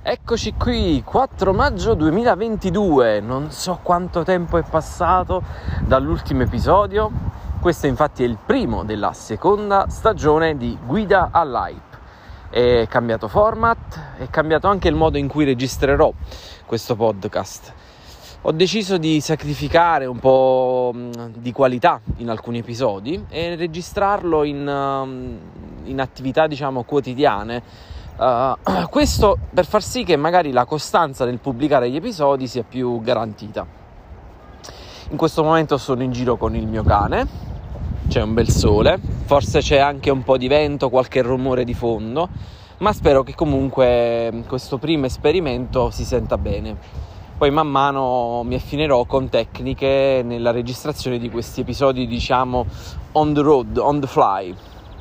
Eccoci qui, 4 maggio 2022, non so quanto tempo è passato dall'ultimo episodio. Questo infatti è il primo della seconda stagione di Guida all'Hype. È cambiato format, è cambiato anche il modo in cui registrerò questo podcast. Ho deciso di sacrificare un po' di qualità in alcuni episodi e registrarlo in attività, diciamo, quotidiane. Questo per far sì che magari la costanza nel pubblicare gli episodi sia più garantita. In questo momento sono in giro con il mio cane, c'è un bel sole, forse c'è anche un po' di vento, qualche rumore di fondo, ma spero che comunque questo primo esperimento si senta bene. Poi man mano mi affinerò con tecniche nella registrazione di questi episodi, diciamo, on the road, on the fly.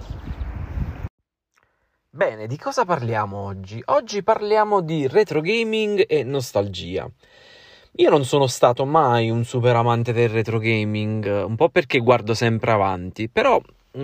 Bene, di cosa parliamo oggi? Oggi parliamo di retro gaming e nostalgia. Io non sono stato mai un super amante del retro gaming, un po' perché guardo sempre avanti, però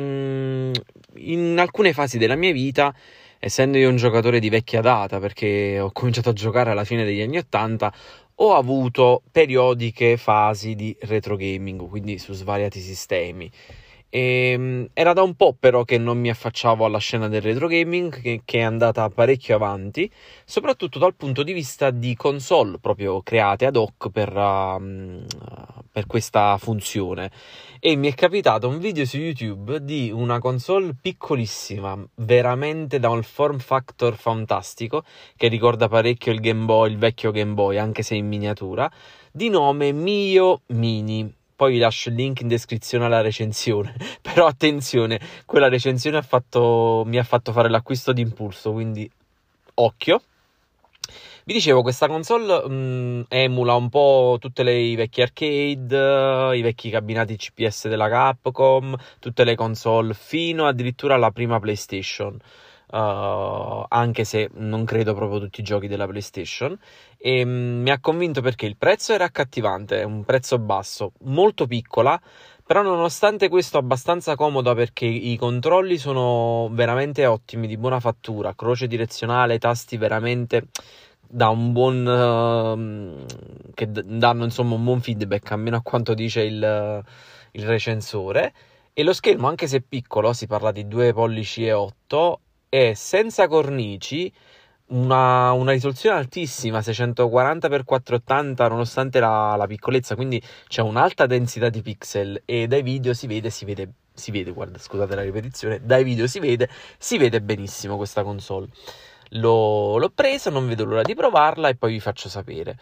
in alcune fasi della mia vita, essendo io un giocatore di vecchia data, perché ho cominciato a giocare alla fine degli anni '80, ho avuto periodiche fasi di retro gaming, quindi su svariati sistemi. Era da un po' però che non mi affacciavo alla scena del retro gaming, che è andata parecchio avanti, soprattutto dal punto di vista di console proprio create ad hoc per questa funzione. E mi è capitato un video su YouTube di una console piccolissima, veramente da un form factor fantastico, che ricorda parecchio il Game Boy, il vecchio Game Boy, anche se in miniatura, di nome Mio Mini. Poi vi lascio il link in descrizione alla recensione, però attenzione, quella recensione mi ha fatto fare l'acquisto d'impulso, quindi occhio. Vi dicevo, questa console emula un po' tutte i vecchi arcade, i vecchi cabinati CPS della Capcom, tutte le console, fino addirittura alla prima PlayStation. Anche se non credo proprio tutti i giochi della PlayStation, e mi ha convinto perché il prezzo era accattivante, è un prezzo basso, molto piccola, però nonostante questo abbastanza comoda, perché i controlli sono veramente ottimi, di buona fattura, croce direzionale, tasti veramente da un buon che danno insomma un buon feedback, almeno a quanto dice il recensore. E lo schermo, anche se piccolo, si parla di 2,8 pollici, e senza cornici, una risoluzione altissima, 640x480, nonostante la piccolezza, quindi c'è un'alta densità di pixel, e dai video si vede, guarda, scusate la ripetizione, dai video si vede benissimo questa console. L'ho presa, non vedo l'ora di provarla e poi vi faccio sapere.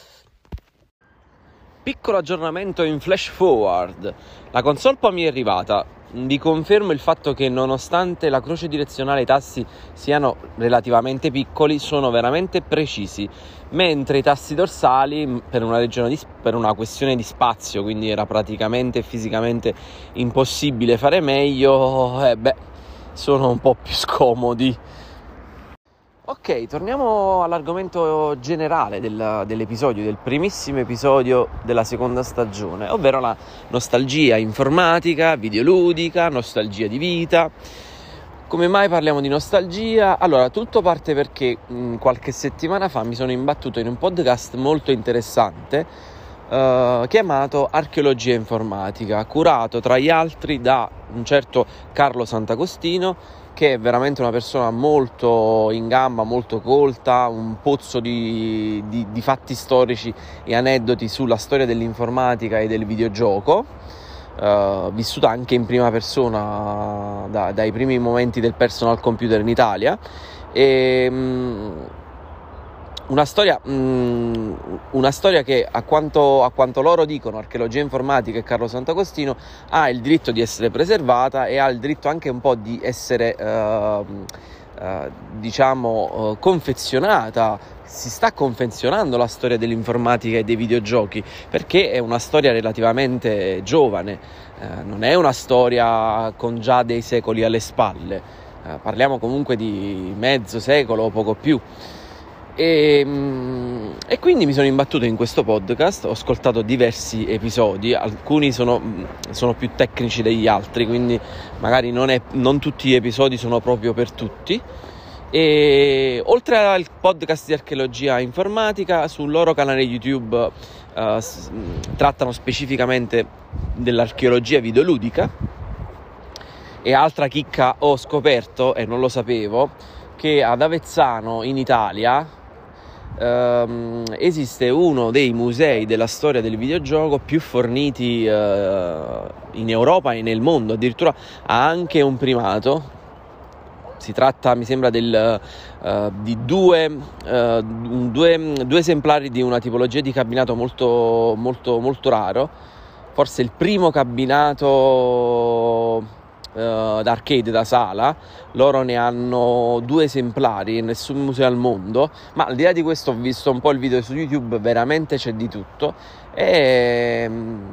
Piccolo aggiornamento in flash forward. La console poi mi è arrivata. Vi confermo il fatto che nonostante la croce direzionale e i tasti siano relativamente piccoli, sono veramente precisi, mentre i tasti dorsali, per una questione di spazio, quindi era praticamente fisicamente impossibile fare meglio, sono un po' più scomodi. Ok, torniamo all'argomento generale dell'episodio, del primissimo episodio della seconda stagione, ovvero la nostalgia informatica, videoludica, nostalgia di vita. Come mai parliamo di nostalgia? Allora, tutto parte perché qualche settimana fa mi sono imbattuto in un podcast molto interessante chiamato Archeologia Informatica, curato tra gli altri da un certo Carlo Sant'Agostino, che è veramente una persona molto in gamba, molto colta, un pozzo di fatti storici e aneddoti sulla storia dell'informatica e del videogioco, vissuta anche in prima persona dai primi momenti del personal computer in Italia. Una storia che a quanto loro dicono, Archeologia Informatica e Carlo Sant'Agostino, ha il diritto di essere preservata e ha il diritto anche un po' di essere confezionata. Si sta confezionando la storia dell'informatica e dei videogiochi, perché è una storia relativamente giovane, non è una storia con già dei secoli alle spalle, parliamo comunque di mezzo secolo o poco più. E quindi mi sono imbattuto in questo podcast, ho ascoltato diversi episodi, alcuni sono più tecnici degli altri, quindi magari non tutti gli episodi sono proprio per tutti, E oltre al podcast di archeologia informatica, sul loro canale YouTube trattano specificamente dell'archeologia videoludica. E altra chicca, ho scoperto, e non lo sapevo, che ad Avezzano in Italia esiste uno dei musei della storia del videogioco più forniti in Europa e nel mondo. Addirittura ha anche un primato. Si tratta, mi sembra, di due esemplari di una tipologia di cabinato molto, molto, molto raro. Forse il primo cabinato d'arcade da sala. Loro ne hanno 2 esemplari in nessun museo al mondo. Ma al di là di questo, ho visto un po' il video su YouTube, veramente c'è di tutto. E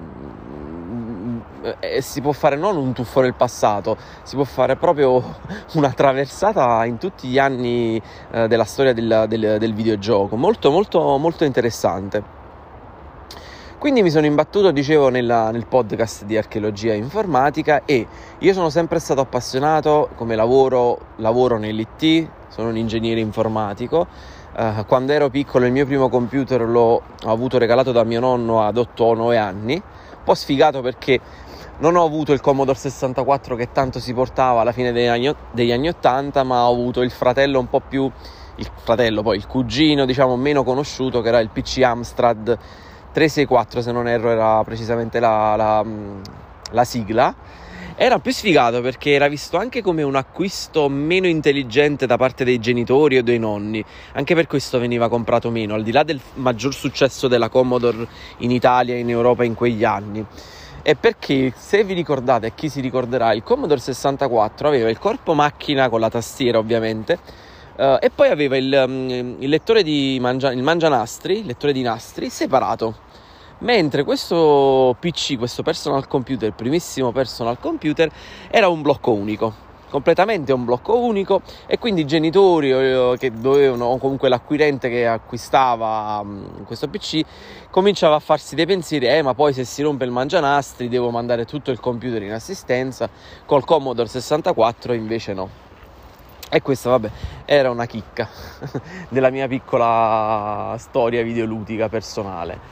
si può fare non un tuffo nel passato, si può fare proprio una traversata in tutti gli anni della storia del videogioco, molto molto molto interessante. Quindi mi sono imbattuto, dicevo, nel podcast di archeologia informatica, e io sono sempre stato appassionato, come lavoro nell'IT, sono un ingegnere informatico. Quando ero piccolo il mio primo computer l'ho avuto regalato da mio nonno ad 8 o 9 anni, un po' sfigato perché non ho avuto il Commodore 64 che tanto si portava alla fine degli anni 80, ma ho avuto il fratello un po' più, poi il cugino, diciamo, meno conosciuto, che era il PC Amstrad 364, se non erro era precisamente la sigla. Era più sfigato perché era visto anche come un acquisto meno intelligente da parte dei genitori o dei nonni, anche per questo veniva comprato meno, al di là del maggior successo della Commodore in Italia e in Europa in quegli anni. E perché, se vi ricordate, e chi si ricorderà, il Commodore 64 aveva il corpo macchina con la tastiera, ovviamente, e poi aveva il lettore il mangianastri, il lettore di nastri separato, mentre questo PC, questo personal computer, il primissimo personal computer, era un blocco unico, completamente un blocco unico, e quindi i genitori che dovevano, o comunque l'acquirente che acquistava questo PC, cominciava a farsi dei pensieri: ma poi se si rompe il mangianastri devo mandare tutto il computer in assistenza. Col Commodore 64 invece no. E questa, vabbè, era una chicca della mia piccola storia videoludica personale.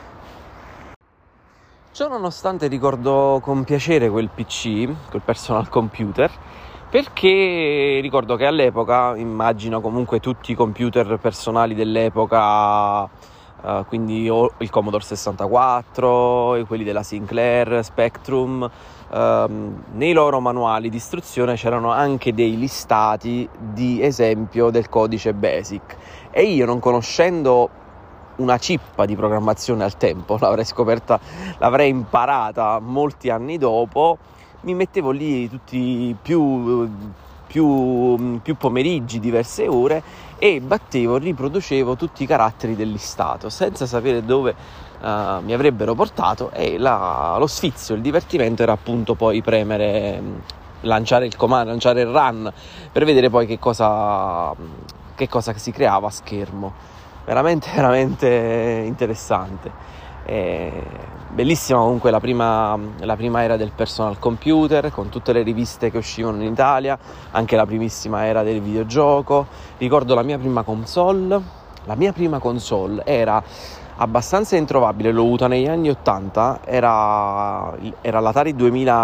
Ciò nonostante, ricordo con piacere quel PC, quel personal computer, perché ricordo che all'epoca, immagino comunque tutti i computer personali dell'epoca, quindi il Commodore 64 e quelli della Sinclair, Spectrum, nei loro manuali di istruzione c'erano anche dei listati di esempio del codice BASIC, e io, non conoscendo una cippa di programmazione al tempo, l'avrei imparata molti anni dopo, mi mettevo lì tutti più pomeriggi, diverse ore, e riproducevo tutti i caratteri del listato senza sapere dove mi avrebbero portato, e lo sfizio, il divertimento era appunto poi premere, lanciare il comando, lanciare il run, per vedere poi che cosa si creava a schermo. Veramente, veramente interessante. Bellissima comunque la prima era del personal computer, con tutte le riviste che uscivano in Italia, anche la primissima era del videogioco. Ricordo la mia prima console era abbastanza introvabile, l'ho avuta negli anni 80, era l'Atari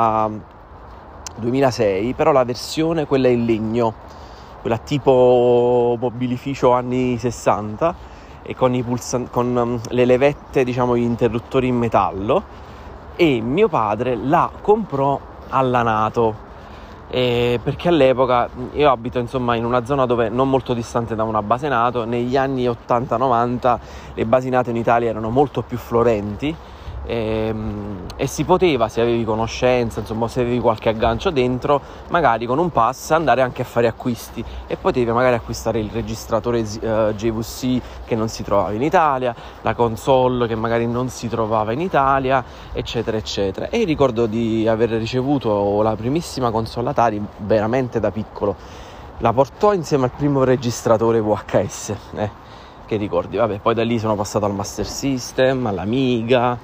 2006, però la versione, quella in legno, quella tipo mobilificio anni 60, e con le levette, diciamo, gli interruttori in metallo, e mio padre la comprò all'anato, perché all'epoca io abito, insomma, in una zona dove non molto distante da una base NATO. Negli anni 80-90 le basi NATO in Italia erano molto più fiorenti, e si poteva, se avevi conoscenza, insomma, se avevi qualche aggancio dentro, magari con un pass andare anche a fare acquisti, e potevi magari acquistare il registratore JVC che non si trovava in Italia, la console che magari non si trovava in Italia, eccetera eccetera. E ricordo di aver ricevuto la primissima console Atari veramente da piccolo, la portò insieme al primo registratore VHS, che ricordi. Vabbè, poi da lì sono passato al Master System, all'Amiga,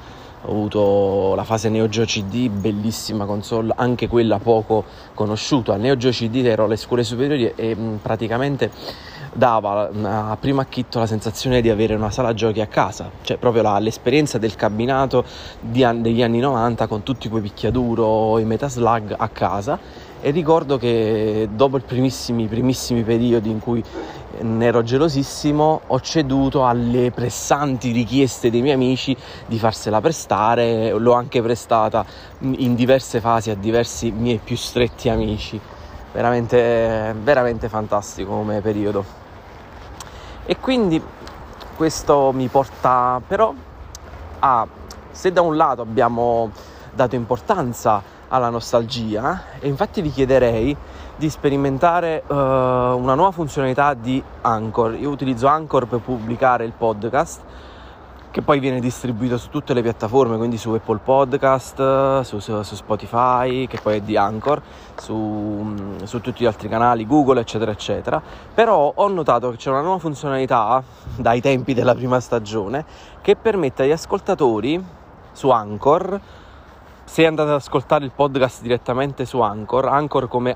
ho avuto la fase Neo Geo CD, bellissima console, anche quella poco conosciuta. Neo Geo CD ero alle scuole superiori e praticamente dava a primo acchitto la sensazione di avere una sala giochi a casa, cioè proprio l'esperienza del cabinato degli anni 90 con tutti quei picchiaduro, i Metaslug a casa. E ricordo che dopo i primissimi periodi in cui ne ero gelosissimo, ho ceduto alle pressanti richieste dei miei amici di farsela prestare. L'ho anche prestata in diverse fasi a diversi miei più stretti amici. Veramente fantastico come periodo. E quindi questo mi porta però se da un lato abbiamo dato importanza alla nostalgia, e infatti vi chiederei di sperimentare una nuova funzionalità di Anchor. Io utilizzo Anchor per pubblicare il podcast, che poi viene distribuito su tutte le piattaforme, quindi su Apple Podcast, su Spotify, che poi è di Anchor, su tutti gli altri canali, Google, eccetera eccetera. Però ho notato che c'è una nuova funzionalità dai tempi della prima stagione che permette agli ascoltatori su Anchor, se andate ad ascoltare il podcast direttamente su Anchor come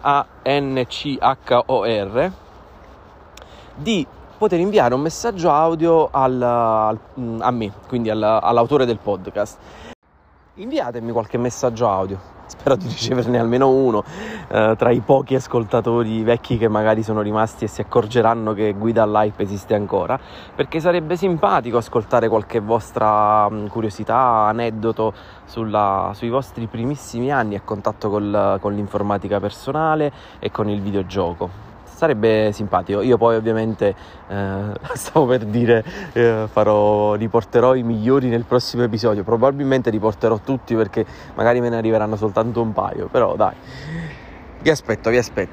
ANCHOR, di poter inviare un messaggio audio a me, quindi all'autore del podcast. Inviatemi qualche messaggio audio, spero di riceverne almeno uno tra i pochi ascoltatori vecchi che magari sono rimasti e si accorgeranno che Guida all'Hype esiste ancora, perché sarebbe simpatico ascoltare qualche vostra curiosità, aneddoto sui vostri primissimi anni a contatto con l'informatica personale e con il videogioco. Sarebbe simpatico. Io poi ovviamente stavo per dire riporterò i migliori nel prossimo episodio. Probabilmente riporterò tutti, perché magari me ne arriveranno soltanto un paio, però dai, vi aspetto.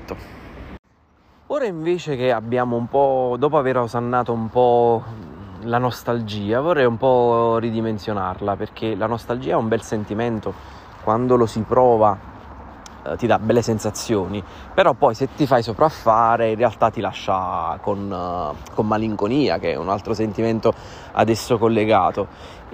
Ora invece che abbiamo un po', dopo aver osannato un po' la nostalgia, vorrei un po' ridimensionarla, perché la nostalgia è un bel sentimento. Quando lo si prova ti dà belle sensazioni, però poi se ti fai sopraffare in realtà ti lascia con malinconia, che è un altro sentimento adesso collegato.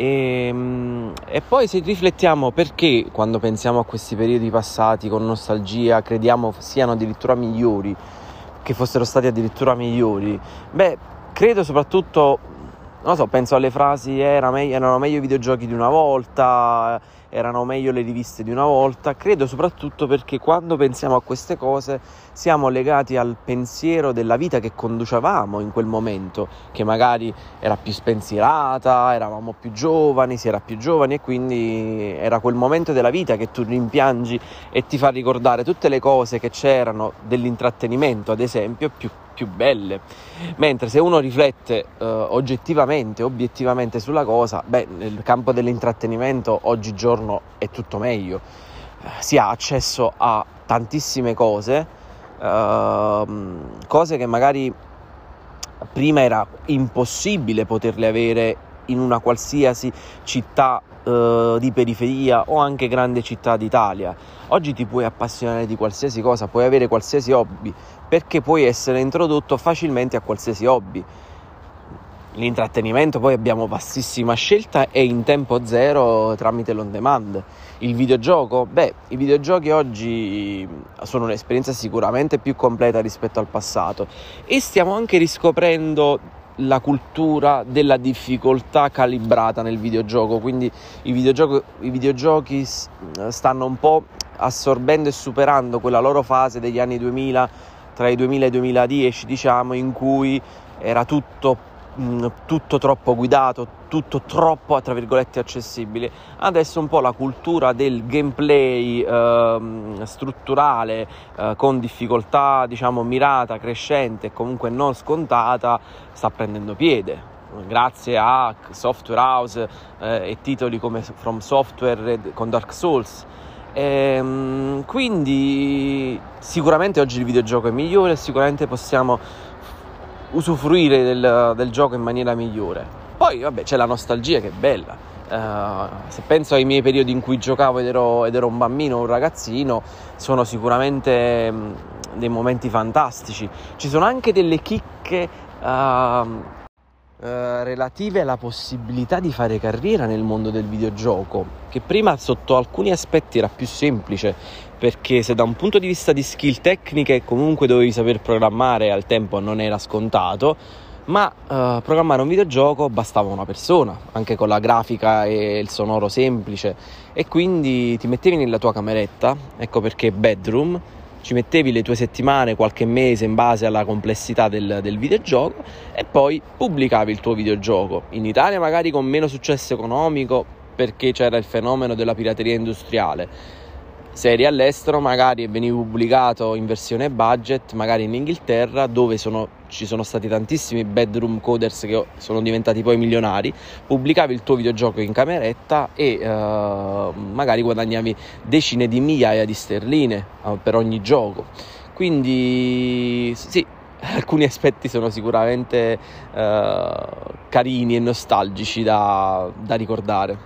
E poi se riflettiamo, perché quando pensiamo a questi periodi passati con nostalgia crediamo siano addirittura migliori, che fossero stati addirittura migliori? Beh, credo soprattutto, non lo so, penso alle frasi erano meglio i videogiochi di una volta, erano meglio le riviste di una volta. Credo soprattutto perché quando pensiamo a queste cose siamo legati al pensiero della vita che conducevamo in quel momento, che magari era più spensierata, eravamo più giovani, si era più giovani, e quindi era quel momento della vita che tu rimpiangi e ti fa ricordare tutte le cose che c'erano dell'intrattenimento, ad esempio, più belle. Mentre se uno riflette obiettivamente sulla cosa, nel campo dell'intrattenimento oggigiorno è tutto meglio. Si ha accesso a tantissime cose che magari prima era impossibile poterle avere in una qualsiasi città di periferia o anche grande città d'Italia. Oggi ti puoi appassionare di qualsiasi cosa, puoi avere qualsiasi hobby, perché puoi essere introdotto facilmente a qualsiasi hobby. L'intrattenimento, poi abbiamo vastissima scelta e in tempo zero tramite l'on demand. Il videogioco, i videogiochi oggi sono un'esperienza sicuramente più completa rispetto al passato, e stiamo anche riscoprendo la cultura della difficoltà calibrata nel videogioco. Quindi i videogiochi stanno un po' assorbendo e superando quella loro fase degli anni 2000, tra i 2000 e i 2010, diciamo, in cui era tutto troppo guidato, tutto troppo, tra virgolette, accessibile. Adesso un po' la cultura del gameplay strutturale, con difficoltà, diciamo, mirata, crescente e comunque non scontata, sta prendendo piede grazie a software house e titoli come From Software con Dark Souls. Quindi sicuramente oggi il videogioco è migliore, sicuramente possiamo usufruire del gioco in maniera migliore. Poi c'è la nostalgia, che è bella. Se penso ai miei periodi in cui giocavo ed ero un bambino, un ragazzino, sono sicuramente dei momenti fantastici. Ci sono anche delle chicche relative alla possibilità di fare carriera nel mondo del videogioco, che prima sotto alcuni aspetti era più semplice, perché se da un punto di vista di skill tecniche comunque dovevi saper programmare, al tempo non era scontato, ma programmare un videogioco bastava una persona, anche con la grafica e il sonoro semplice, e quindi ti mettevi nella tua cameretta, ecco perché bedroom, ci mettevi le tue settimane, qualche mese in base alla complessità del videogioco, e poi pubblicavi il tuo videogioco. In Italia magari con meno successo economico, perché c'era il fenomeno della pirateria industriale. Se eri all'estero magari venivi pubblicato in versione budget, magari in Inghilterra, dove ci sono stati tantissimi bedroom coders che sono diventati poi milionari. Pubblicavi il tuo videogioco in cameretta e magari guadagnavi decine di migliaia di sterline per ogni gioco. Quindi sì, alcuni aspetti sono sicuramente carini e nostalgici da ricordare.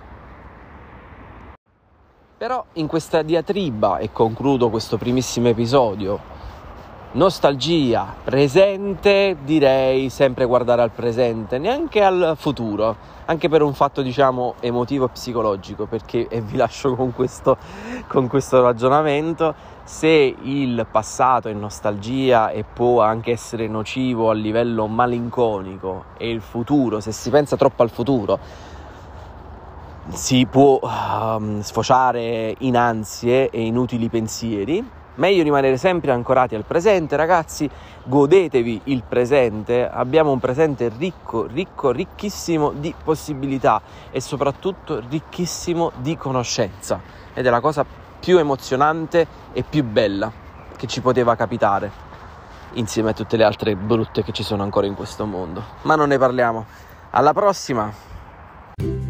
Però in questa diatriba, e concludo questo primissimo episodio, nostalgia, presente, direi sempre guardare al presente, neanche al futuro, anche per un fatto diciamo emotivo e psicologico, perché, e vi lascio con questo ragionamento, se il passato è nostalgia e può anche essere nocivo a livello malinconico, e il futuro, se si pensa troppo al futuro, si può sfociare in ansie e inutili pensieri, meglio rimanere sempre ancorati al presente, ragazzi. Godetevi il presente, abbiamo un presente ricchissimo di possibilità e soprattutto ricchissimo di conoscenza, ed è la cosa più emozionante e più bella che ci poteva capitare, insieme a tutte le altre brutte che ci sono ancora in questo mondo. Ma non ne parliamo. Alla prossima!